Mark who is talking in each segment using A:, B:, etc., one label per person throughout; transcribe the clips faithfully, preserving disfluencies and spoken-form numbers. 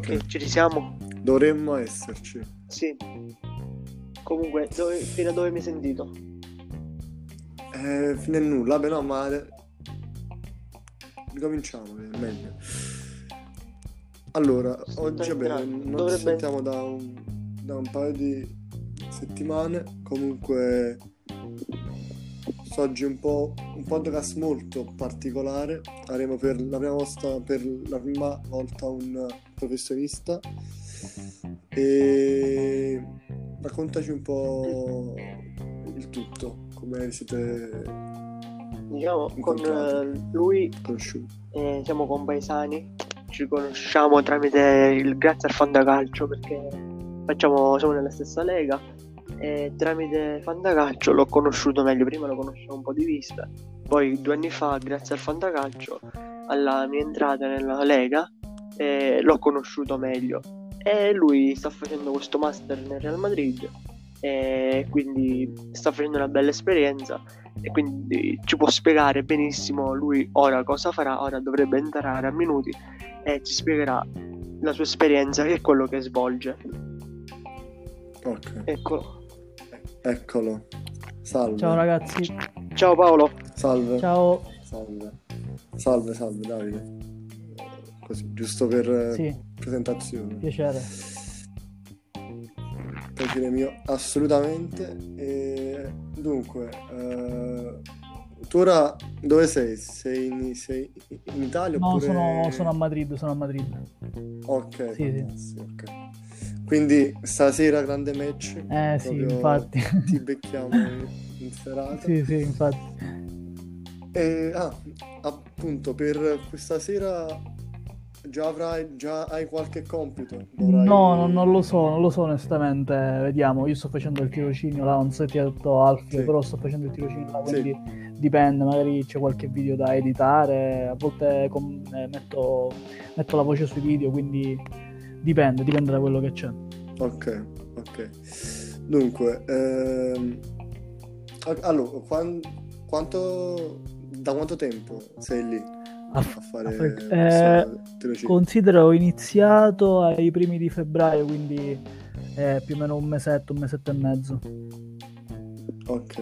A: Ok, ci risiamo?
B: Dovremmo esserci.
A: Sì. Comunque, dove, fino a dove mi hai sentito?
B: Eh, fine a nulla, beh no, ma ricominciamo, è meglio. Allora,
A: Sto
B: oggi vabbè,
A: entrando.
B: non ci
A: Dovrebbe...
B: sentiamo da un, da un paio di settimane. Comunque, oggi è un po' un podcast molto particolare. Avremo per la prima volta, per la prima volta un professionista. E raccontaci un po' il tutto, come siete
A: Diciamo, con
B: incontrati,
A: eh, lui
B: conosciuti.
A: eh, siamo compaesani, ci conosciamo tramite il grazie al Fantacalcio perché facciamo, siamo nella stessa lega e tramite Fantacalcio l'ho conosciuto meglio. Prima lo conoscevo un po' di vista, poi due anni fa, grazie al Fantacalcio, alla mia entrata nella lega, eh, l'ho conosciuto meglio. E lui sta facendo questo master nel Real Madrid e quindi sta facendo una bella esperienza e quindi ci può spiegare benissimo lui ora cosa farà. Ora dovrebbe entrare a minuti e ci spiegherà la sua esperienza e quello che svolge.
B: Ok,
A: Eccolo.
B: eccolo. Salve.
C: Ciao ragazzi.
A: Ciao Paolo.
B: Salve.
C: Ciao.
B: Salve. Salve, salve Davide. Così, giusto per eh,
C: Sì,
B: presentazione.
C: piacere.
B: Piacere mio, assolutamente. E dunque, eh, tu ora dove sei? Sei in, sei in Italia
C: No,
B: oppure...
C: sono, sono a Madrid, sono a Madrid.
B: Ok,
C: Sì, sì.
B: fantastico, ok. Quindi stasera grande match.
C: Eh sì,
B: proprio
C: infatti.
B: Ti becchiamo in, in serata.
C: Sì, sì, infatti.
B: E, ah, appunto, per questa sera già avrai, già hai qualche compito? Dovrai...
C: No, no, non lo so, non lo so onestamente. Vediamo, io sto facendo il tirocinio là, non so se ti ha detto Alfio,
B: Sì.
C: però sto facendo il tirocinio là,
B: Sì.
C: quindi dipende, magari c'è qualche video da editare, a volte com- eh, metto, metto la voce sui video, quindi dipende, dipende da quello che c'è.
B: Ok, ok. Dunque, ehm, a- allora, quan- quanto, da quanto tempo sei lì
C: A
B: a
C: f-
B: fare
C: a fare-
B: questo
C: eh,
B: tirocinio?
C: Considero ho iniziato ai primi di febbraio, quindi eh, più o meno un mesetto, un mesetto e mezzo.
B: Ok.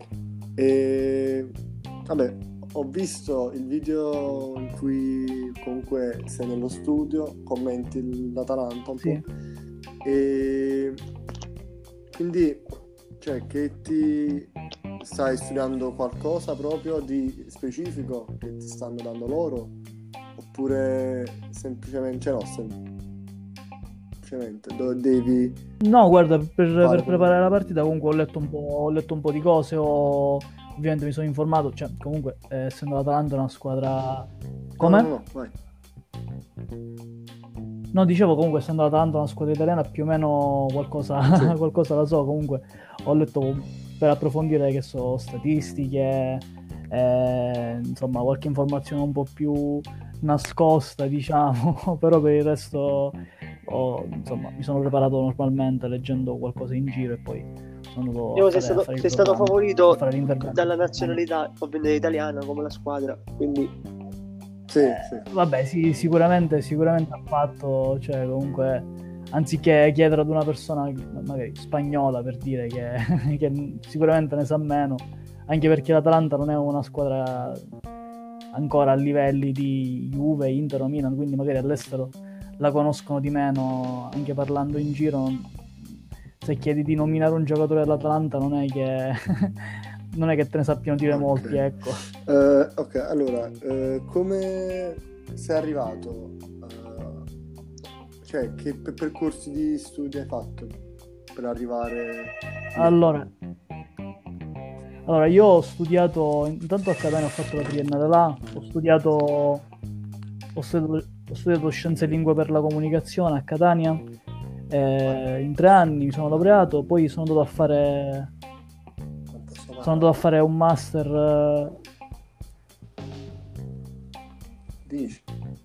B: E vabbè, ho visto il video in cui comunque sei nello studio, commenti l'Atalanta un
C: Sì.
B: po'. E quindi, cioè, che ti stai studiando qualcosa proprio di specifico che ti stanno dando loro? Oppure semplicemente, cioè no, semplicemente dove devi...
C: No, guarda, per, per
B: Fare
C: preparare la partita comunque ho letto un po', ho letto un po' di cose, ho, ovviamente mi sono informato, cioè comunque eh, essendo l'Atalanta una squadra... Come?
B: No, no, no, vai.
C: No, dicevo comunque essendo l'Atalanta una squadra italiana più o meno qualcosa,
B: Sì.
C: qualcosa la so, comunque ho letto per approfondire che so statistiche, eh, insomma qualche informazione un po' più nascosta diciamo, però per il resto ho, insomma mi sono preparato normalmente leggendo qualcosa in giro e poi sono andato
A: Io
C: a
A: sei
C: fare, a
A: stato,
C: fare il
A: sei stato
C: programma, a
A: favorito
C: fare l'intervento.
A: dalla nazionalità ovviamente italiana come la squadra, quindi
B: Sì,
C: Eh,
B: sì.
C: vabbè, sì, sicuramente, sicuramente ha fatto, cioè comunque, anziché chiedere ad una persona magari spagnola per dire che, che sicuramente ne sa meno, anche perché l'Atalanta non è una squadra ancora a livelli di Juve, Inter o Milan, quindi magari all'estero la conoscono di meno, anche parlando in giro, se chiedi di nominare un giocatore dell'Atalanta non è che... non è che te ne sappiano dire
B: Ok.
C: molti, ecco.
B: Eh, ok, allora, eh, come sei arrivato? eh, cioè, che per- percorsi di studio hai fatto per arrivare?
C: Allora, allora, io ho studiato, intanto a Catania ho fatto la triennale là, ho studiato, ho studiato, ho studiato Scienze e Lingue per la Comunicazione a Catania, eh, in tre anni mi sono laureato, poi sono andato a fare,
B: Non posso
C: sono
B: parlare.
C: andato a fare un master, eh,
B: Dici?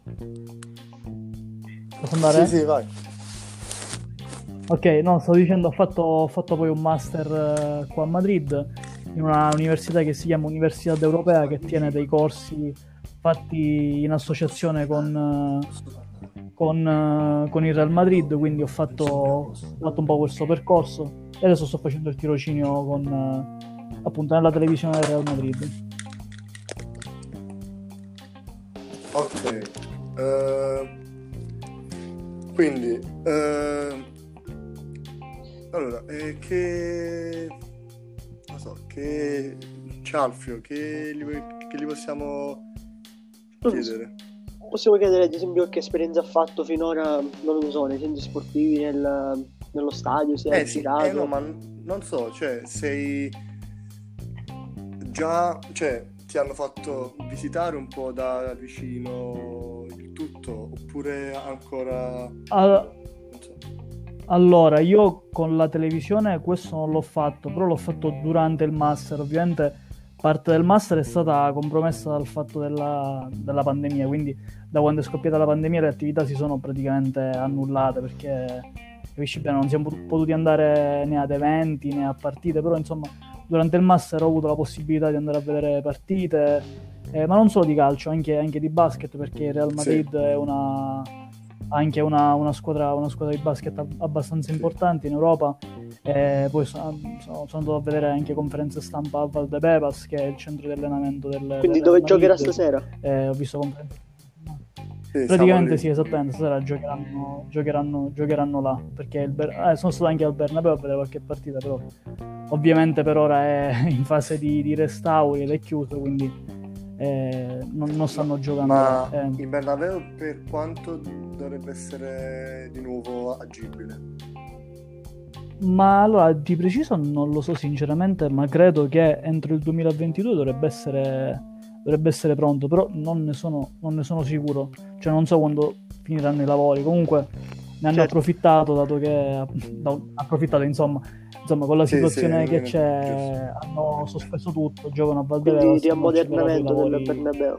C: posso andare?
B: Sì, sì, vai.
C: Ok, no, stavo dicendo, ho fatto, ho fatto poi un master eh, qua a Madrid, in una università che si chiama Università Europea, che tiene dei corsi fatti in associazione con, eh, con, eh, con il Real Madrid, quindi ho fatto, ho fatto un po' questo percorso e adesso sto facendo il tirocinio con, eh, appunto nella televisione del Real Madrid.
B: Ok. Uh, quindi uh, allora eh, che non so che Cialfio che gli, che gli possiamo chiedere?
A: Possiamo chiedere ad esempio che esperienza ha fatto finora, non lo so, nei centri sportivi, nel, nello stadio, si è
B: Eh sì,
A: girato.
B: eh no, ma non so, cioè sei già, cioè ti hanno fatto visitare un po' da vicino il tutto oppure ancora
C: Allora,
B: non so.
C: Allora, io con la televisione questo non l'ho fatto, però l'ho fatto durante il master. Ovviamente parte del master è stata compromessa dal fatto della, della pandemia, quindi da quando è scoppiata la pandemia le attività si sono praticamente annullate perché, capisci bene, non siamo potuti andare né ad eventi né a partite, però insomma durante il master ho avuto la possibilità di andare a vedere partite, eh, ma non solo di calcio, anche, anche di basket, perché il Real Madrid
B: Sì.
C: è una... anche una, una, squadra, una squadra di basket abbastanza importante in Europa. E poi sono, sono, sono andato a vedere anche conferenze stampa a Valdebebas, che è il centro di allenamento del
A: Quindi
C: del
A: dove
C: Real
A: giocherà
C: Madrid.
A: stasera?
C: Eh, ho visto conferenze.
B: Sì,
C: Praticamente
B: siamo
C: sì,
B: lì.
C: esattamente, stasera giocheranno, giocheranno, giocheranno là, perché il Ber- eh, sono stato anche al Bernabéu a vedere qualche partita, però ovviamente per ora è in fase di, di restauri ed è chiuso, quindi eh, non, non stanno giocando
B: Ma
C: là. Eh.
B: il Bernabéu per quanto dovrebbe essere di nuovo agibile?
C: Ma allora di preciso non lo so sinceramente, ma credo che entro il duemilaventidue dovrebbe essere, dovrebbe essere pronto, però non ne sono, non ne sono sicuro, cioè non so quando finiranno i lavori. Comunque ne hanno
A: Certo.
C: approfittato, dato che da, approfittato insomma, insomma con la
B: Sì,
C: situazione
B: sì,
C: che
B: giusto.
C: c'è hanno sospeso tutto, giocano a
A: Quindi
C: Valdebebas,
A: di
C: hanno accelerato i
A: ammodernamento del
C: lavori.
A: Bernabéu.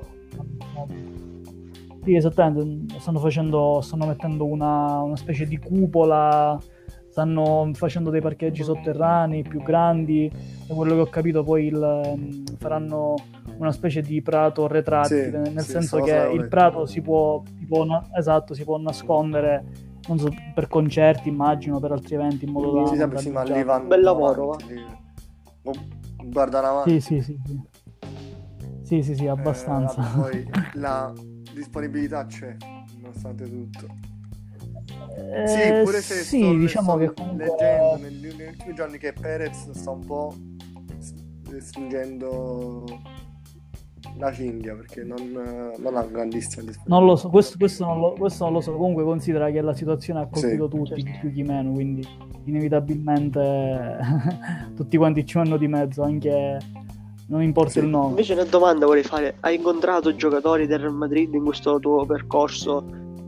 C: Sì, esattamente, stanno facendo, stanno mettendo una, una specie di cupola, stanno facendo dei parcheggi sotterranei più grandi, da quello che ho capito poi il, faranno una specie di prato retrattile,
B: Sì,
C: nel
B: sì,
C: senso
B: sta cosa
C: che
B: l'avevo
C: il
B: letto.
C: prato si può, si può na- esatto, si può nascondere, non so, per concerti immagino, per altri eventi, in modo da
B: Sì,
C: non
B: sì, sì, ma lì
C: danneggiarlo.
B: vanno
A: Bel lavoro,
B: avanti, lì. Oh, guardano avanti.
C: Sì, sì, sì, sì. Sì, sì, sì,
B: Eh,
C: abbastanza.
B: vabbè, poi la disponibilità c'è, nonostante tutto. Sì,
C: Eh,
B: pure se
C: sì,
B: sto,
C: diciamo
B: sto
C: che comunque...
B: leggendo negli, negli ultimi giorni che Perez sta un po' stringendo la cinghia perché non, non ha grandissima disponibilità.
C: Non lo so, questo, questo, non lo, questo non lo so. Comunque considera che la situazione ha colpito
B: Sì.
C: tutti, chi più chi meno, quindi inevitabilmente tutti quanti ci vanno di mezzo, anche non importa
B: Sì.
C: il nome.
A: Invece una domanda vorrei fare, hai incontrato giocatori del Real Madrid in questo tuo percorso?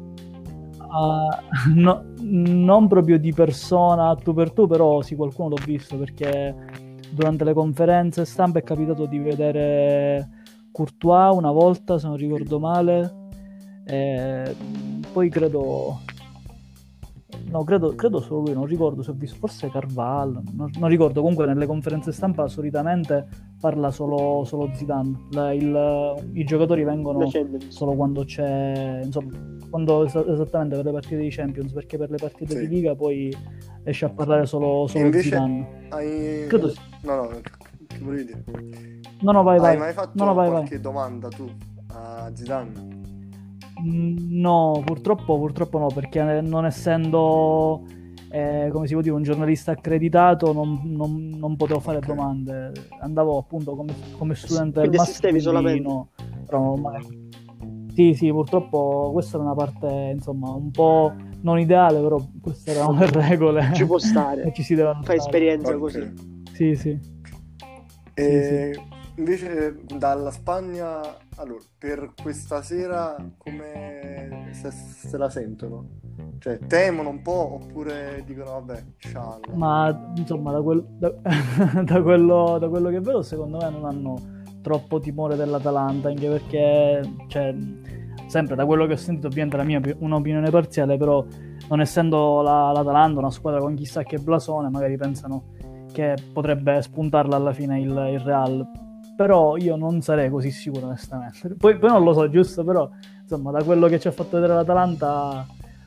C: Uh, no, non proprio di persona tu per tu, però sì, qualcuno l'ho visto perché durante le conferenze stampa è capitato di vedere Courtois una volta, se non ricordo male, e poi credo no, credo, credo solo lui, non ricordo se ho visto forse Carvalho, non, non ricordo. Comunque nelle conferenze stampa solitamente parla solo, solo Zidane. La, il, i giocatori vengono solo quando c'è, insomma, quando esattamente per le partite di Champions, perché per le partite
B: Sì.
C: di Liga poi esce a parlare solo, solo
B: invece
C: Zidane.
B: Hai...
C: Credo sì.
B: No, no, che volevi dire?
C: No, no, vai, vai.
B: Hai mai fatto
C: no, no, vai,
B: qualche
C: vai.
B: domanda tu a Zidane?
C: No, purtroppo, purtroppo no, perché non essendo, eh, come si può dire, un giornalista accreditato, non, non, non potevo fare
B: Ok.
C: domande. Andavo appunto come, come studente
A: Quindi
C: del master,
A: assistevi
C: quindi
A: solamente?
C: no, però magari- Sì, sì, purtroppo questa era una parte, insomma, un po' non ideale, però queste erano le regole.
A: Ci può stare.
C: E ci si deve
A: Fai esperienza
B: Ok.
A: così.
C: Sì, sì.
B: E invece dalla Spagna, allora, per questa sera come se, se la sentono? Cioè, temono un po' oppure dicono vabbè, scialla.
C: Ma insomma, da, quel, da, da, quello, da quello che vedo, secondo me non hanno troppo timore dell'Atalanta, anche perché, cioè, sempre da quello che ho sentito, ovviamente la mia è un'opinione parziale, però non essendo la, l'Atalanta una squadra con chissà che blasone, magari pensano che potrebbe spuntarla alla fine il, il Real. Però io non sarei così sicuro onestamente. Poi, poi non lo so, giusto, però insomma da quello che ci ha fatto vedere l'Atalanta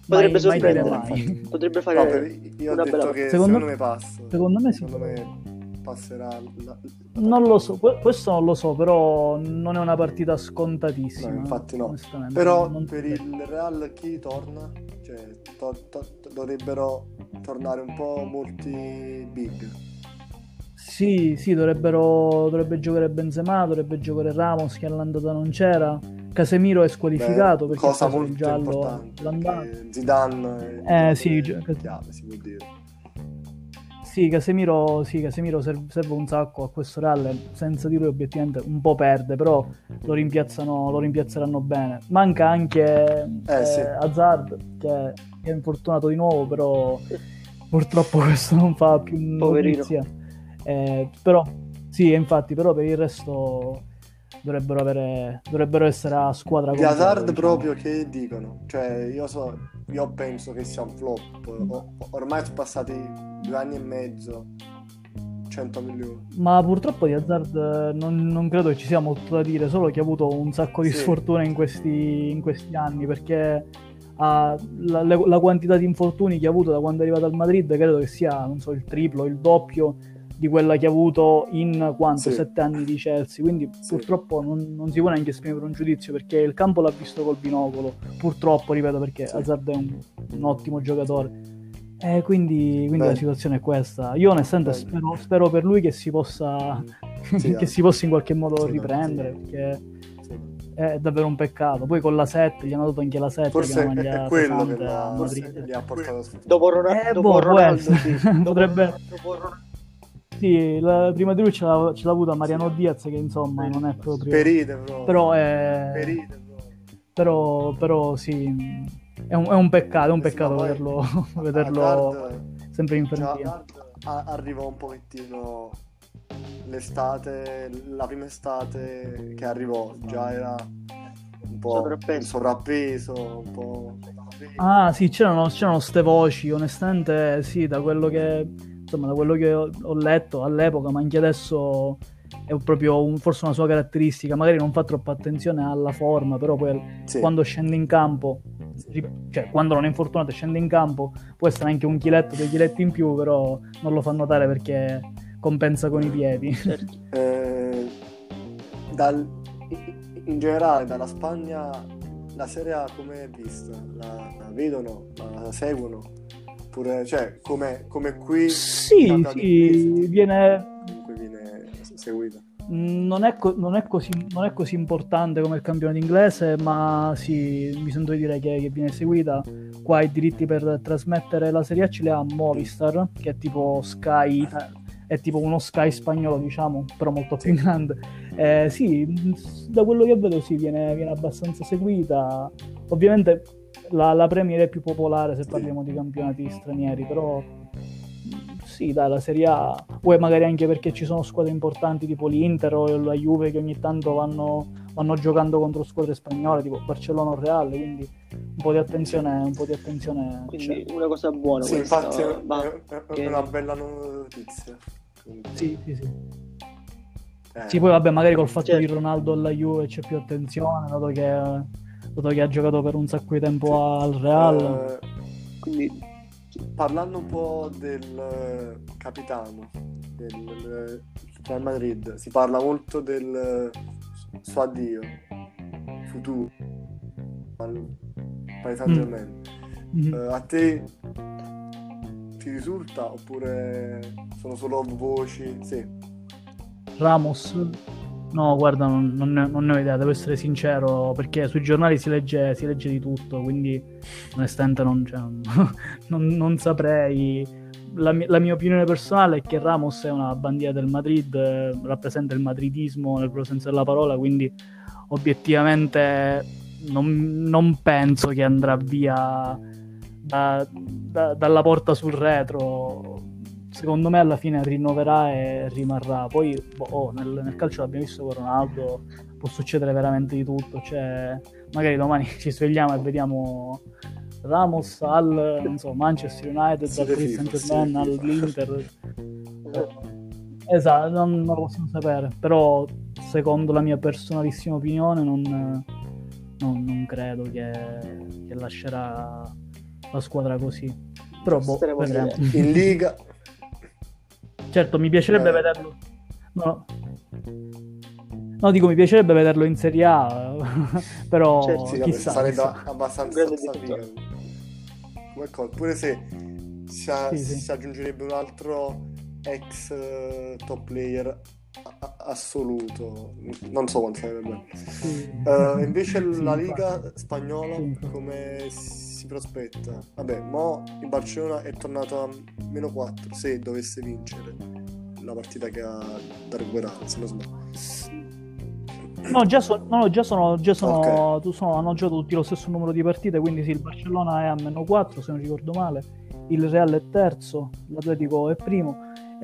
A: Potrebbe
C: mai, mai dire
A: sorprendere.
C: mai.
A: Potrebbe fare
B: No, per- io ho
A: una
B: detto
A: bella
B: che
C: Secondo-
B: secondo, me passa.
C: secondo me sì.
B: Secondo me passerà. La, la-
C: Non lo so, que- questo non lo so, però non è una partita scontatissima.
B: No, infatti no.
C: onestamente.
B: Però
C: Non-
B: per il Real chi torna? Cioè, to- to- dovrebbero tornare un po' molti big.
C: Sì, sì, dovrebbero, dovrebbe giocare Benzema, dovrebbe giocare Ramos che all'andata non c'era. Casemiro è squalificato
B: Beh,
C: perché
B: cosa
C: ha preso il
B: molto
C: giallo
B: importante,
C: all'andata.
B: perché Zidane è
C: Eh,
B: un
C: sì,
B: giocatore
C: gio-
B: chiave, si può dire.
C: Sì, Casemiro, sì, Casemiro serve, serve un sacco a questo Real, senza di lui obiettivamente un po' perde, però lo rimpiazzano, lo rimpiazzeranno bene. Manca anche eh,
B: sì.
C: Hazard che, che è infortunato di nuovo, però purtroppo questo non fa più
A: Poverino.
C: notizia. Eh, però sì, infatti, però per il resto dovrebbero avere, dovrebbero essere a squadra
B: Di
C: completa,
B: Hazard
C: diciamo.
B: proprio che dicono? Cioè, io so, io penso che sia un flop. O- ormai sono passati due anni e mezzo, cento milioni.
C: Ma purtroppo di Hazard eh, non, non credo che ci sia molto da dire, solo che ha avuto un sacco di
B: Sì.
C: sfortuna in questi, in questi anni, perché ha la, le- la quantità di infortuni che ha avuto da quando è arrivato al Madrid credo che sia, non so, il triplo, il doppio di quella che ha avuto in quanto?
B: Sì.
C: Sette anni di Chelsea, quindi
B: Sì.
C: purtroppo non, non si può neanche esprimere un giudizio, perché il campo l'ha visto col binocolo, purtroppo, ripeto, perché
B: Sì.
C: Hazard è un, un ottimo giocatore. Eh, quindi quindi
B: Beh.
C: la situazione è questa. Io onestamente
B: Beh.
C: spero, spero per lui che si possa
B: Sì,
C: che si possa in qualche modo
B: sì,
C: riprendere,
B: sì.
C: perché
B: Sì.
C: è davvero un peccato. Poi con la sette gli hanno dato anche la sette, che è
B: Forse
C: una
B: è,
C: maglia
B: è quello che
C: pesante
B: la,
C: a
B: forse
C: Madrid.
B: li ha portato a sfortuna.
A: Dopo, Ronaldo,
C: Eh,
A: dopo
C: boh, può
A: Ronaldo,
C: essere.
A: sì. Dopo
C: Potrebbe-
A: Ronaldo- dopo Ronaldo-
C: Sì, la- prima di lui ce l'ha, ce l'ha avuta Mariano
B: Sì.
C: Diaz, che insomma non è proprio...
B: Perite proprio.
C: Però è...
B: Perite proprio.
C: Però, però sì, è un, è un peccato, è un
B: Eh sì,
C: peccato
B: ma poi
C: vederlo,
B: Hazard-
C: vederlo sempre in
B: Cioè,
C: ferrovia.
B: Hazard a- arrivò un pochettino l'estate, la prima estate che arrivò, già era un po'
A: Sovrappeso.
B: in sovrappeso, un po'...
C: Ah sì, c'erano, c'erano ste voci, onestamente sì, da quello che, insomma, da quello che ho, ho letto all'epoca, ma anche adesso è proprio un- forse una sua caratteristica, magari non fa troppa attenzione alla forma, però poi
B: Sì.
C: quando scende in campo, ri- cioè quando non è infortunato e scende in campo, può essere anche un chiletto, due chiletti in più, però non lo fa notare perché compensa con i piedi.
A: Certo.
B: Eh, dal- in generale dalla Spagna la Serie A come è vista? La, la vedono? La seguono? Oppure, cioè, come, come qui
C: Sì,
B: campionato
C: sì,
B: inglese,
C: viene...
B: comunque viene seguita.
C: Non è, co- non, è così, non è così importante come il campionato inglese, ma sì, mi sento di dire che, che viene seguita. Qua i diritti per trasmettere la Serie A ce li ha Movistar, che è tipo Sky, eh, è tipo uno Sky spagnolo, diciamo, però molto più grande. Eh, sì, da quello che vedo sì, viene, viene abbastanza seguita. Ovviamente la, la Premier è più popolare se parliamo di campionati stranieri, però sì, dai, la Serie A, poi magari anche perché ci sono squadre importanti tipo l'Inter o la Juve che ogni tanto vanno, vanno giocando contro squadre spagnole tipo Barcellona o Real, quindi un po' di attenzione, un po' di attenzione
A: Quindi
C: c'è.
A: una cosa buona
B: Sì,
A: questa,
B: infatti è,
A: ma
B: è- è
A: che-
B: una bella notizia.
C: Sì, sì, sì.
B: Eh,
C: Sì, poi vabbè, magari col fatto
A: Certo.
C: di Ronaldo alla Juve c'è più attenzione, dato che, dato che ha giocato per un sacco di tempo al Real.
B: eh,
A: quindi
B: parlando un po' del eh, capitano del Real Madrid, si parla molto del eh, suo addio futuro al Paris Saint-Germain.
C: Mhm.
B: Eh, a te ti risulta oppure sono solo voci? Sì.
C: Ramos? No, guarda, non, non ne, non ne ho idea, devo essere sincero, perché sui giornali si legge, si legge di tutto, quindi onestamente non, cioè, non, non- non saprei. La, mia- la mia opinione personale è che Ramos è una bandiera del Madrid, eh, rappresenta il madridismo nel vero senso della parola, quindi obiettivamente non, non penso che andrà via da- da- dalla porta sul retro. Secondo me alla fine rinnoverà e rimarrà. Poi boh, oh, nel, nel calcio l'abbiamo visto con Ronaldo, può succedere veramente di tutto, cioè magari domani ci svegliamo e vediamo Ramos al non so, Manchester United,
B: Sì,
C: al
B: le
C: Paris
B: FIFA,
C: Saint-Germain,
B: sì, le FIFA.
C: all'Inter. Esatto, non, non lo possiamo sapere, però secondo la mia personalissima opinione non, non- non credo che, che lascerà la squadra così. Però boh,
A: Staremo a
C: vedremo.
A: vedere.
B: In Liga,
C: Certo, mi piacerebbe
B: Eh.
C: vederlo. No. No, dico, mi piacerebbe vederlo in Serie A, però
A: Certo,
B: sì, vabbè,
C: chissà,
B: sarebbe
C: chissà.
B: abbastanza
A: Grande
B: figo.
A: direttore.
B: Come cosa, pure se si, a-
C: Sì, sì.
B: si aggiungerebbe un altro ex eh, top player a- a- assoluto, non so quanto sarebbe bello.
C: Sì.
B: Eh, invece
C: Sì,
B: la
C: infatti.
B: Liga spagnola
C: Sì, infatti.
B: come si prospetta? Vabbè, mo il Barcellona è tornato a meno quattro se dovesse vincere la partita che ha da recuperare, se non sbaglio.
C: No, già, so- no, già sono, già sono,
B: Ok.
C: tu- sono- hanno giocato tutti lo stesso numero di partite, quindi sì, il Barcellona è a meno quattro, se non ricordo male, il Real è terzo, l'Atletico è primo.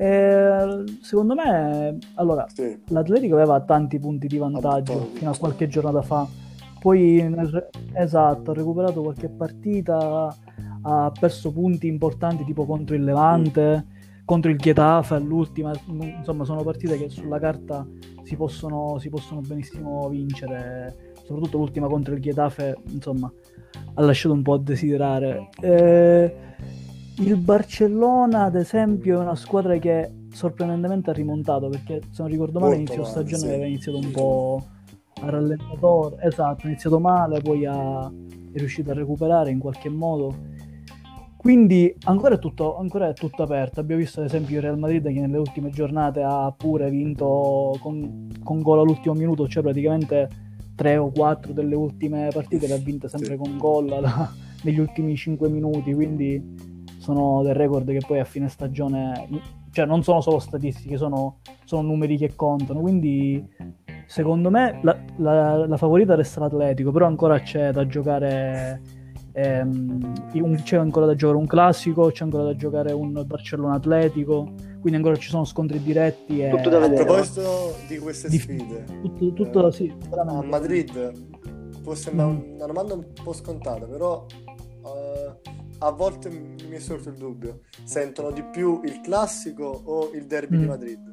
C: E, secondo me, allora,
B: Sì.
C: l'Atletico aveva tanti punti di vantaggio
B: buttato
C: fino a
B: tutto.
C: qualche giornata fa, poi nel re- esatto, ha recuperato qualche partita, ha perso punti importanti tipo contro il Levante, contro il Getafe all'ultima, insomma sono partite che sulla carta si possono, si possono benissimo vincere, soprattutto l'ultima contro il Getafe, insomma, ha lasciato un po' a desiderare. Eh, il Barcellona, ad esempio, è una squadra che sorprendentemente ha rimontato, perché se non ricordo male
B: Molto
C: inizio
B: male,
C: stagione
B: sì.
C: aveva iniziato un po' a rallentatore, esatto, ha iniziato male, poi ha, è riuscito a recuperare in qualche modo. Quindi ancora è, tutto, ancora è tutto aperto. Abbiamo visto ad esempio il Real Madrid che nelle ultime giornate ha pure vinto con, con gol all'ultimo minuto, cioè praticamente tre o quattro delle ultime partite le ha vinte sempre
B: Sì.
C: con gol alla- negli ultimi cinque minuti, quindi sono del record che poi a fine stagione, cioè non sono solo statistiche, sono, sono numeri che contano, quindi secondo me la, la, la favorita resta l'Atletico, però ancora c'è da giocare. Ehm, un- c'è ancora da giocare un classico, c'è ancora da giocare un Barcellona Atletico, quindi ancora ci sono scontri diretti e
A: Tutto da
B: A
A: vedere.
B: proposito di queste
C: Di-
B: sfide,
C: tutto, tutto
B: eh,
C: sì,
B: a
C: veramente.
B: Madrid può sembrare
C: Mm.
B: una domanda un po' scontata, però eh, a volte mi è sorto il dubbio: sentono di più il classico o il derby di
C: Mm.
B: Madrid?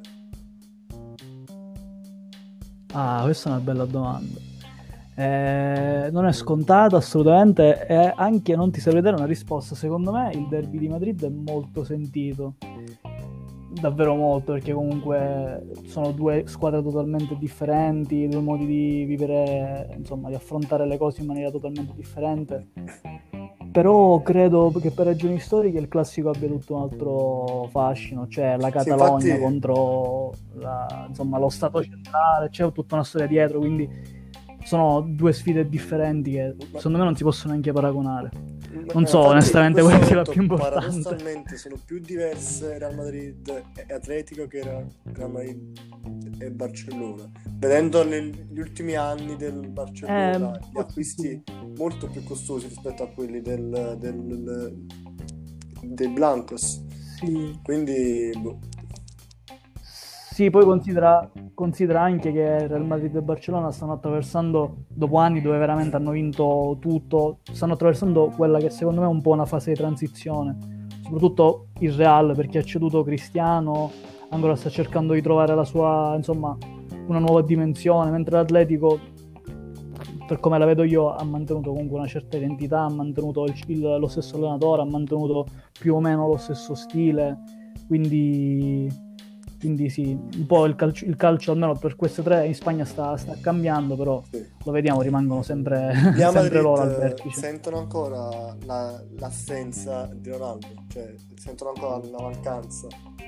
C: Ah, questa è una bella domanda. Eh, non è scontata assolutamente, e anche non ti saprei dare una risposta. Secondo me il derby di Madrid è molto sentito, davvero molto, perché comunque sono due squadre totalmente differenti, due modi di vivere, insomma, di affrontare le cose in maniera totalmente differente. Però credo che per ragioni storiche il classico abbia tutto un altro fascino, cioè la
B: Sì,
C: Catalogna
B: infatti,
C: contro la- insomma, lo Stato centrale, c'è tutta una storia dietro, quindi sono due sfide differenti che secondo me non si possono neanche paragonare. Non so,
B: infatti,
C: onestamente,
B: in
C: quale
B: questo
C: sia la
B: momento,
C: più importante.
B: paradossalmente sono più diverse Real Madrid e Atletico che Real Real Madrid e Barcellona, vedendo le- gli ultimi anni del Barcellona,
C: Eh,
B: gli acquisti molto più costosi rispetto a quelli del, del, dei Blancos,
C: Sì.
B: quindi boh.
C: Sì, poi considera, considera anche che Real Madrid e Barcellona stanno attraversando, dopo anni dove veramente hanno vinto tutto, stanno attraversando quella che secondo me è un po' una fase di transizione, soprattutto il Real, perché ha ceduto Cristiano, ancora sta cercando di trovare la sua, insomma, una nuova dimensione, mentre l'Atletico, per come la vedo io, ha mantenuto comunque una certa identità, ha mantenuto il- il- lo stesso allenatore, ha mantenuto più o meno lo stesso stile, quindi... Quindi sì, un po' il calcio, il calcio almeno per queste tre in Spagna sta, sta cambiando, però
B: Sì.
C: lo vediamo, rimangono sempre,
B: Gli a
C: sempre loro al
B: Madrid
C: vertice.
B: sentono ancora la- l'assenza di Ronaldo, cioè sentono ancora la mancanza.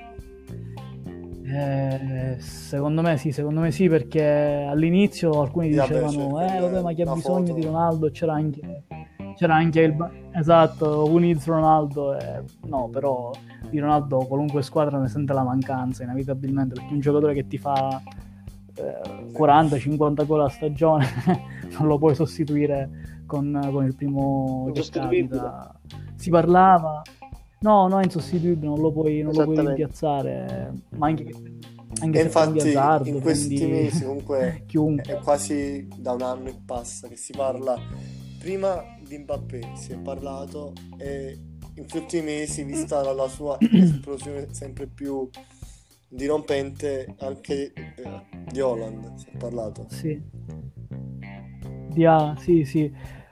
C: Eh, secondo me sì, secondo me sì, perché all'inizio alcuni
B: Sì, vabbè,
C: dicevano
B: c'è
C: eh vabbè, ma chi ha
B: una
C: bisogno
B: foto.
C: di Ronaldo, c'era anche, c'era anche il ba- esatto, who needs Ronaldo, eh, no, però di Ronaldo qualunque squadra ne sente la mancanza inevitabilmente, perché un giocatore che ti fa eh, quaranta cinquanta gol a stagione non lo puoi sostituire con, con il primo che
A: Insostituibile.
C: capita. Si parlava no, no, è insostituibile, non lo puoi, non lo puoi
A: Esattamente.
C: rimpiazzare, ma anche, anche
B: E
C: se prendi
B: infatti
C: Hazard,
B: in questi
C: prendi
B: mesi comunque
C: chiunque.
B: è quasi da un anno e passa che si parla. Prima di Mbappé si è parlato e in questi ultimi mesi, vista la, la sua esplosione sempre più dirompente, anche eh, di Haaland si è parlato.
C: Sì. Di A, sì, sì.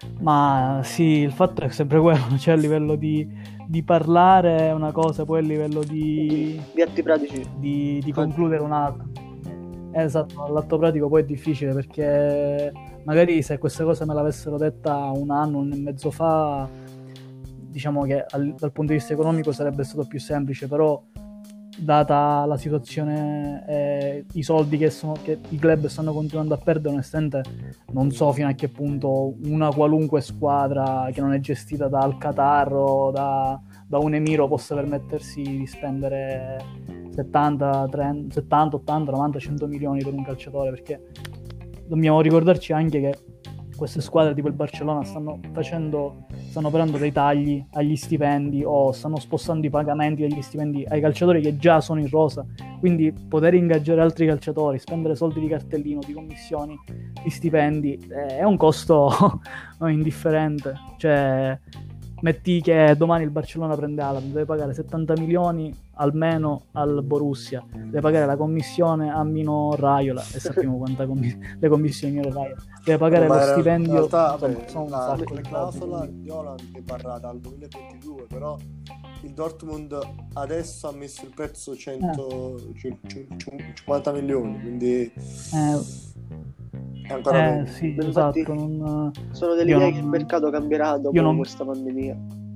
C: Ma sì, il fatto è sempre quello, cioè a livello di, di parlare è una cosa, poi a livello di,
A: Di atti pratici.
C: di, di concludere un'altra. Esatto, all'atto pratico poi è difficile perché magari se questa cosa me l'avessero detta un anno, un anno e mezzo fa, diciamo che al- dal punto di vista economico sarebbe stato più semplice, però data la situazione e i soldi che, sono, che i club stanno continuando a perdere, onestamente non so fino a che punto una qualunque squadra che non è gestita dal Qatar o da, da un emiro possa permettersi di spendere settanta, trenta, settanta, ottanta, novanta, cento milioni per un calciatore, perché dobbiamo ricordarci anche che queste squadre tipo il Barcellona stanno facendo, stanno operando dei tagli agli stipendi o stanno spostando i pagamenti degli stipendi ai calciatori che già sono in rosa, quindi poter ingaggiare altri calciatori, spendere soldi di cartellino, di commissioni, di stipendi, eh, è un costo indifferente. Cioè, metti che domani il Barcellona prende Haaland, deve pagare settanta milioni almeno al Borussia, deve pagare la commissione a Mino Raiola, e sappiamo quanta commi- le commissioni di Mino Raiola, deve pagare
B: Ma
C: lo
B: in
C: stipendio,
B: realtà,
C: insomma,
B: vabbè,
C: sono un
B: la,
C: sacco
B: la
C: di
B: clausola
C: soldi.
B: di Haaland è barrata al duemilaventidue, però il Dortmund adesso ha messo il prezzo cento, cinquanta milioni, quindi
C: Eh,
B: è ancora
C: eh
B: meno.
C: sì,
A: Infatti,
C: esatto, non,
A: sono
C: io
A: dell'idea che il
C: non,
A: mercato cambierà dopo
C: io non,
A: questa pandemia.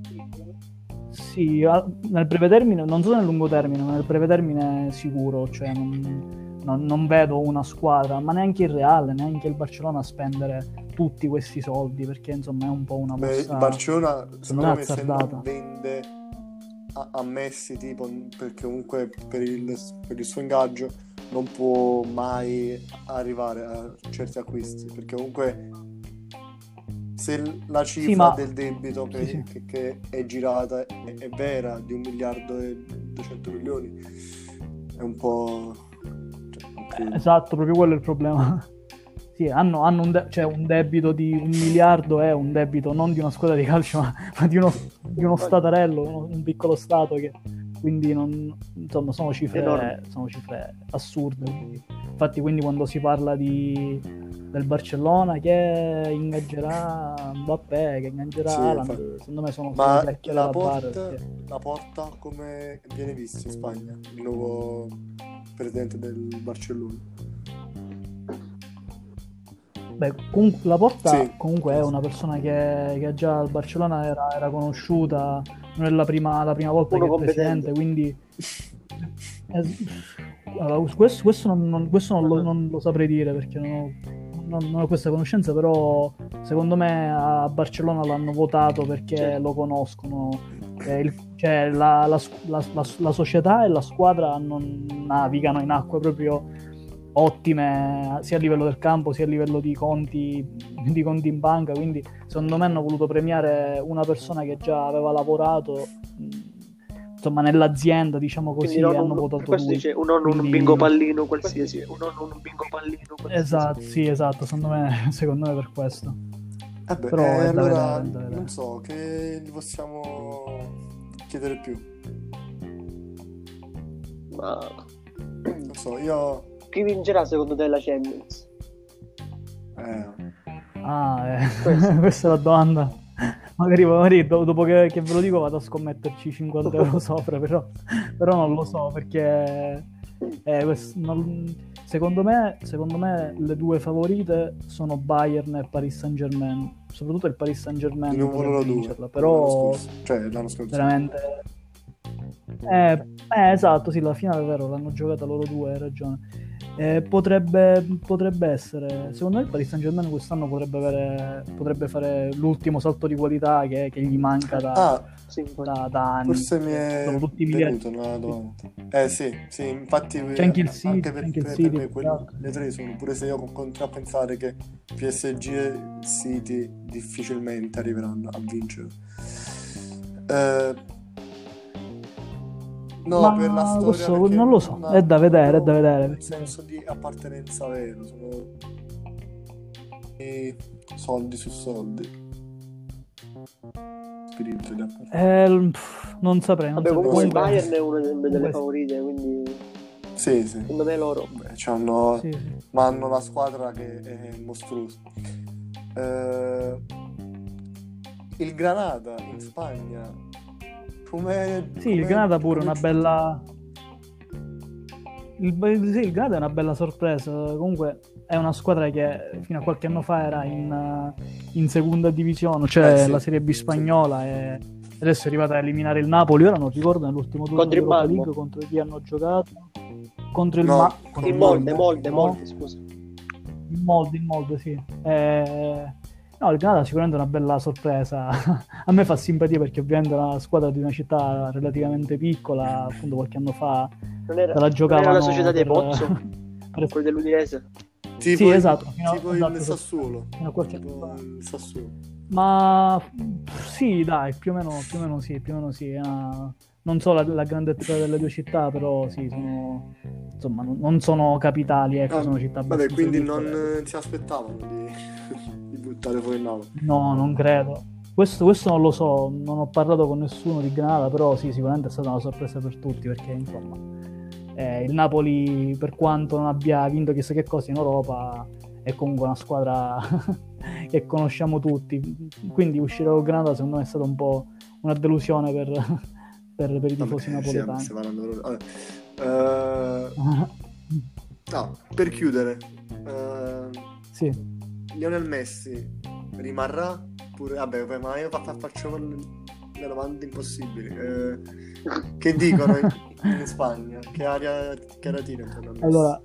C: sì, a- nel breve termine, non solo nel lungo termine, ma nel breve termine sicuro, cioè non, non- non vedo una squadra, ma neanche il Real, neanche il Barcellona a spendere tutti questi soldi, perché insomma è un po' una
B: Beh, il
C: mossa,
B: Barcellona
C: secondo
B: secondo
C: me,
B: me se
C: azzardata.
B: non vende a, a Messi, tipo, perché comunque per il, per il suo ingaggio non può mai arrivare a certi acquisti, perché comunque se la
C: Sì,
B: cifra
C: ma
B: del debito
C: sì,
B: che,
C: sì.
B: che- che è girata è, è vera, di un miliardo e duecento milioni, è un po', cioè, non credo.
C: Esatto, proprio quello è il problema. Sì, hanno, hanno un, de- cioè un debito di un miliardo, è un debito non di una squadra di calcio, ma, ma di uno, di uno statarello, uno- un piccolo stato che quindi non, insomma, sono cifre,
A: Enorme.
C: sono cifre assurde. Quindi- infatti, quindi quando si parla di, del Barcellona che ingaggerà Mbappé, che ingaggerà
B: Sì,
C: Haaland,
B: infatti.
C: secondo me sono solo
B: Ma
C: chiacchiere
B: la
C: da bar.
B: porta,
C: Perché...
B: la porta come viene vista in Spagna, il nuovo presidente del Barcellona?
C: Beh, comunque, la Porta
B: Sì,
C: comunque è una persona che, che già al Barcellona era, era conosciuta, non è la prima, la prima volta
A: Uno
C: che è presidente, quindi eh, allora, questo, questo non, non- questo non lo, non lo saprei dire perché non ho, non- non ho questa conoscenza, però secondo me a Barcellona l'hanno votato perché
A: Certo.
C: lo conoscono. Eh, il- cioè, la, la squ- la- la- la società e la squadra non navigano in acque proprio ottime sia a livello del campo sia a livello di conti, di conti in banca, quindi secondo me hanno voluto premiare una persona che già aveva lavorato mh, insomma nell'azienda, diciamo
A: Quindi
C: così,
A: non
C: e hanno
A: un, per
C: votato
A: questo
C: lui.
A: dice un non un
C: Quindi
A: bingo pallino qualsiasi, un non un bingo pallino qualsiasi.
C: esatto, sì, esatto, secondo me, secondo me per questo.
B: Vabbè,
C: Però
B: eh,
C: è da
B: allora
C: vedere, è da vedere.
B: non so, che gli possiamo chiedere più?
A: Ma
B: Non so, io...
A: chi vincerà secondo te la Champions?
B: Eh,
C: Ah, eh,
A: Questo.
C: questa è la domanda. Magari, magari do- dopo che, che ve lo dico vado a scommetterci cinquanta euro sopra, però, però non lo so perché eh, quest- non- secondo me, secondo me le due favorite sono Bayern e Paris Saint-Germain, soprattutto il Paris
B: di
C: Saint-Germain
B: nuovo
C: potrebbe
B: loro due,
C: vincerla,
B: come l'anno
C: però
B: scorso. Cioè, l'anno scorso.
C: veramente... Eh, eh, esatto, sì, la finale è vero, l'hanno giocata loro due, hai ragione. Eh, potrebbe, potrebbe essere, secondo me il Paris Saint-Germain quest'anno potrebbe avere, potrebbe fare l'ultimo salto di qualità che, che gli manca da,
B: Ah,
A: Sì, infatti.
C: da, da anni.
B: forse mi è
C: Sono tutti i miliardi.
B: venuta una domanda. Eh sì, sì, infatti
C: C'è anche il
B: eh,
C: City,
B: anche
C: c'è
B: per,
C: anche il
B: per-
C: City,
B: per me quelli-
C: esatto.
B: le tre sono, pure se io continuo a pensare che P S G e City difficilmente arriveranno a vincere. Eh, no,
C: Ma
B: per la storia
C: questo
B: perché
C: non lo so,
B: non
C: è da vedere, è
B: hanno
C: da vedere.
B: un
C: perché-
B: senso di appartenenza vero, sono i soldi su soldi. Spirito di appartenenza.
C: Eh, l- pff, non saprei, non
A: Vabbè,
C: saprei.
A: comunque il
C: Comunque-
A: Bayern è una delle, delle
C: comunque-
A: favorite, quindi
B: Sì, sì.
A: secondo me loro.
B: Beh, c'hanno,
C: sì, sì.
B: ma hanno la squadra che è mostruosa. Eh, il Granada in Spagna. Come
C: Sì, il Granada pure una bella... Il, sì, il Granada è una bella sorpresa. Comunque è una squadra che fino a qualche anno fa era in, in seconda divisione, cioè
B: Eh, sì.
C: la Serie B spagnola, e adesso è arrivata a eliminare il Napoli. Ora non ricordo nell'ultimo turno
A: Contro
C: di
A: il
C: Europa
A: Malmo.
C: League contro chi hanno giocato. Contro il
B: No,
C: Ma-
B: contro
A: Il
B: il
A: Molde,
B: Malmo.
A: Molde,
C: no?
A: Molde, scusa.
C: Il Molde, il Molde, sì. Eh, no, il Granada è sicuramente una bella sorpresa. A me fa simpatia perché ovviamente è una squadra di una città relativamente piccola, appunto qualche anno fa
A: Non era,
C: se la
A: non
C: giocavano
A: era la società dei
C: per-
A: Pozzo,
C: per-
A: quello dell'Udinese.
B: Tipo
C: Sì,
B: il,
C: esatto, fino a-
B: tipo
C: esatto,
B: il
C: esatto.
B: Sassuolo.
C: fino a qualche anno
B: Tipo
C: fa.
B: il Sassuolo.
C: Ma sì, dai, più o meno, più o meno sì, più o meno sì. Ah, non so la, la grandezza delle due città, però sì, sono, insomma, non, non sono capitali, ecco,
B: Ah,
C: sono città
B: vabbè,
C: abbastanza
B: quindi
C: piccole.
B: non eh, si aspettavano di, di buttare fuori il Napoli.
C: No, non credo. Questo, questo non lo so, non ho parlato con nessuno di Granada, però sì, sicuramente è stata una sorpresa per tutti, perché insomma, eh, il Napoli, per quanto non abbia vinto chissà che cosa in Europa, è comunque una squadra che conosciamo tutti, quindi uscire con Granada secondo me è stata un po' una delusione per, per, per i tifosi
B: Vabbè, sì,
C: napoletani.
B: stiamo parlando proprio- vabbè. Eh, no, per chiudere, eh,
C: Sì.
B: Lionel Messi rimarrà pure? Vabbè, poi, ma io fa- fa- faccio le domande impossibili. Eh, che dicono in, in Spagna? Che aria, che aria tira intorno a Messi?
C: Allora,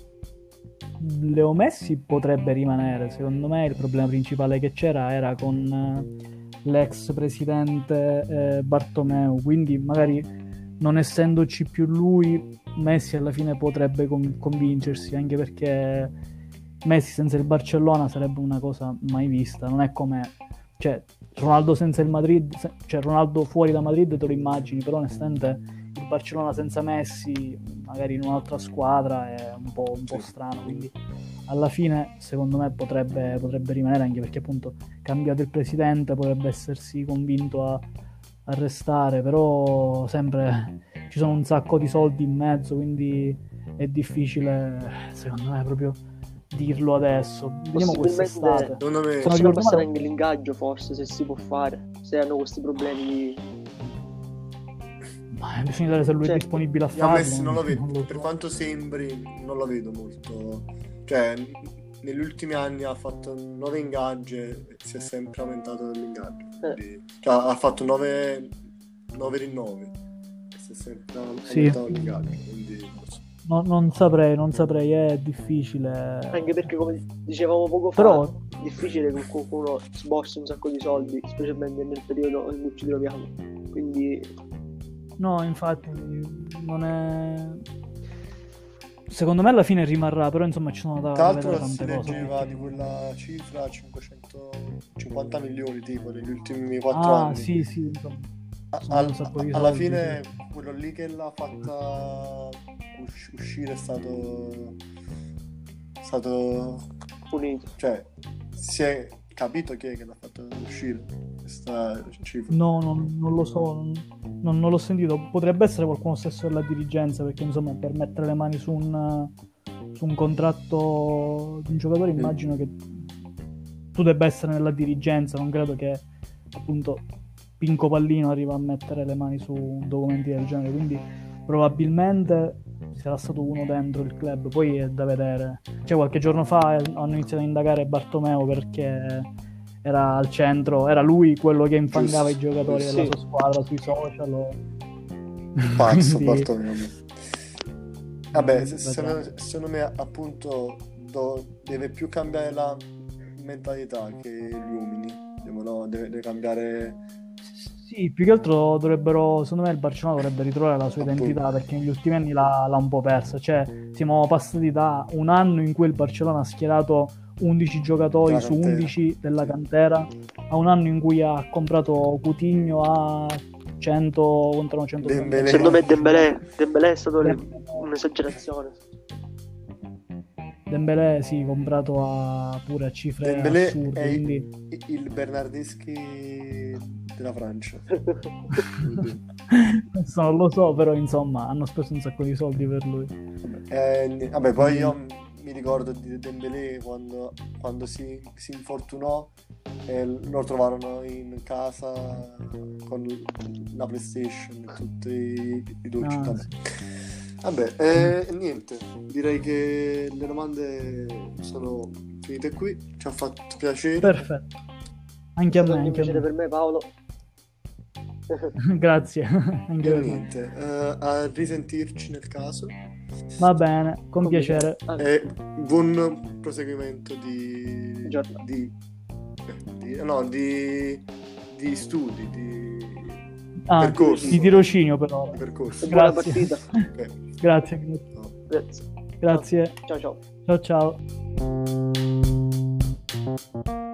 C: Leo Messi potrebbe rimanere. Secondo me il problema principale che c'era era con eh, l'ex presidente eh, Bartomeu, quindi magari non essendoci più lui, Messi alla fine potrebbe con- convincersi, anche perché Messi senza il Barcellona sarebbe una cosa mai vista. Non è come, cioè, Ronaldo senza il Madrid, se- cioè Ronaldo fuori da Madrid te lo immagini, però onestamente il Barcellona senza Messi, magari in un'altra squadra, è un po', un po'
B: Sì.
C: strano, quindi alla fine secondo me potrebbe, potrebbe rimanere, anche perché appunto cambiato il presidente potrebbe essersi convinto a, a restare, però sempre ci sono un sacco di soldi in mezzo, quindi è difficile secondo me proprio dirlo adesso. Vediamo quest'estate.
B: Secondo me
C: Sono
A: Possono
C: più
A: passare
C: ormai-
A: anche l'ingaggio, forse, se si può fare, se hanno questi problemi di...
C: Ma bisogna vedere se lui è
A: Certo.
C: disponibile a
B: io a
C: farlo.
B: Messi non lo vedo,
C: non lo
B: per
C: so.
B: quanto sembri non lo vedo molto, cioè negli ultimi anni ha fatto nove ingaggi e si è sempre aumentato l'ingaggio, quindi, cioè, ha fatto nove, nove rinnovi e si è sempre
C: Sì.
B: aumentato l'ingaggio, quindi non so.
C: No- non saprei, non saprei, è difficile.
A: Anche perché, come dicevamo poco fa,
C: Però
A: è difficile che qualcuno sborsi un sacco di soldi, specialmente nel periodo in cui ci troviamo. Quindi
C: no, infatti non è. Secondo me alla fine rimarrà, però insomma ci sono da
B: Tra
C: da
B: l'altro
C: vedere
B: si
C: tante cose.
B: leggeva
C: perché-
B: di quella cifra cinquecentocinquanta milioni tipo negli ultimi quattro
C: Ah,
B: anni.
C: sì, sì, insomma.
B: A-
C: sono
B: al-
C: un sacco di
B: alla
C: soldi,
B: fine
C: sì.
B: quello lì che l'ha fatta usci- uscire è stato è stato
A: punito.
B: cioè si è capito chi è che l'ha fatta uscire questa cifra.
C: No, non, non lo so, non, non- non l'ho sentito. Potrebbe essere qualcuno stesso della dirigenza, perché insomma per mettere le mani su un, su un contratto di un giocatore immagino che tu debba essere nella dirigenza, non credo che appunto Pinco Pallino arriva a mettere le mani su documenti del genere, quindi probabilmente sarà stato uno dentro il club, poi è da vedere. Cioè qualche giorno fa hanno iniziato a indagare Bartomeu perché era al centro, era lui quello che infangava
B: Giusto,
C: i giocatori
B: giusto.
C: della sua squadra sui social. o-
B: Pazzo
C: Quindi-
B: Bartomeu. Vabbè, se-
C: Vedremo.
B: secondo, secondo me appunto do- deve più cambiare la mentalità che gli uomini, devono, deve, deve cambiare.
C: Sì, più che altro dovrebbero, secondo me il Barcellona dovrebbe ritrovare la sua
B: Appunto.
C: identità, perché negli ultimi anni l'ha, l'ha un po' persa. Cioè siamo passati da un anno in cui il Barcellona ha schierato undici giocatori
B: Della
C: su
B: cantera.
C: undici della
B: Sì.
C: cantera, a un anno in cui ha comprato Coutinho a cento contro cento.
B: Dembélé.
A: Secondo me Dembélé, Dembélé è stato le- un'esagerazione.
C: Dembélé sì, comprato a pure a cifre
B: Dembélé
C: assurde,
B: è
C: quindi
B: il, il Bernardeschi della Francia.
C: questo non lo so, però insomma hanno speso un sacco di soldi per lui.
B: Eh, vabbè, poi io mi ricordo di Dembélé quando, quando si, si infortunò e lo trovarono in casa con la PlayStation e tutti i, i dolci.
C: Ah,
B: Vabbè,
C: sì.
B: Vabbè eh, niente, direi che le domande sono finite qui, ci ha fatto piacere.
C: Perfetto. Anche a
A: È stato
C: me,
A: un
C: anche a
A: piacere
C: me.
A: per me, Paolo.
C: Grazie, anche
B: E
C: per me.
B: niente, eh, a risentirci nel caso
C: Va bene, con
A: Con
C: piacere.
A: Ah,
B: e buon proseguimento di,
A: Giornata.
B: di, di no di, di studi di
C: Ah,
B: percorso
C: di tirocinio per ora.
B: di percorso.
A: Buona
C: Grazie.
A: partita.
B: Ok,
C: Grazie, grazie.
B: no.
A: Grazie.
C: Grazie.
A: Ciao ciao.
C: Ciao ciao.